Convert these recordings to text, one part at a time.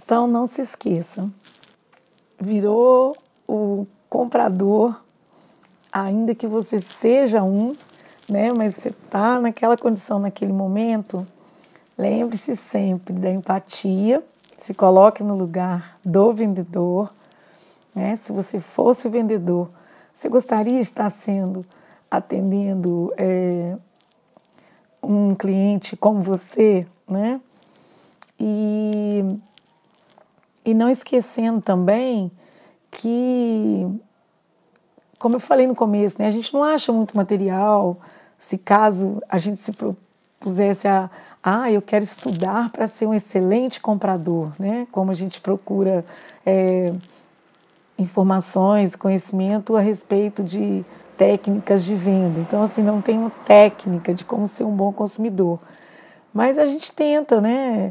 Então, não se esqueça, virou o comprador, ainda que você seja um, né? Mas você está naquela condição, naquele momento, lembre-se sempre da empatia, se coloque no lugar do vendedor, né? Se você fosse o vendedor, você gostaria de estar atendendo um cliente como você, né? E não esquecendo também que, como eu falei no começo, né, a gente não acha muito material, se caso a gente se propusesse eu quero estudar para ser um excelente comprador, né? Como a gente procura informações, conhecimento a respeito de técnicas de venda. Então, assim, não tenho técnica de como ser um bom consumidor. Mas a gente tenta, né,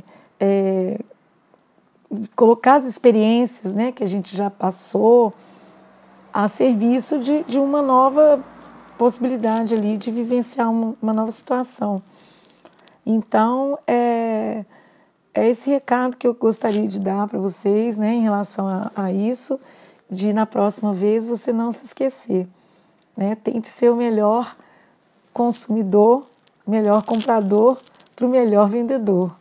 colocar as experiências, né, que a gente já passou a serviço de uma nova possibilidade ali de vivenciar uma nova situação. Então, é esse recado que eu gostaria de dar para vocês, né, em relação a isso, de na próxima vez você não se esquecer, né? Tente ser o melhor consumidor, melhor comprador para o melhor vendedor.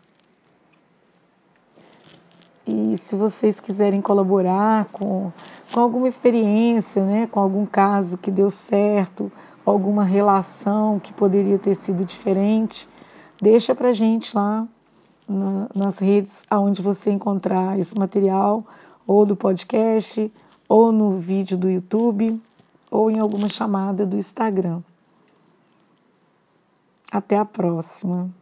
E se vocês quiserem colaborar com alguma experiência, né, com algum caso que deu certo, alguma relação que poderia ter sido diferente, deixa para a gente lá nas redes aonde você encontrar esse material, ou do podcast, ou no vídeo do YouTube, ou em alguma chamada do Instagram. Até a próxima!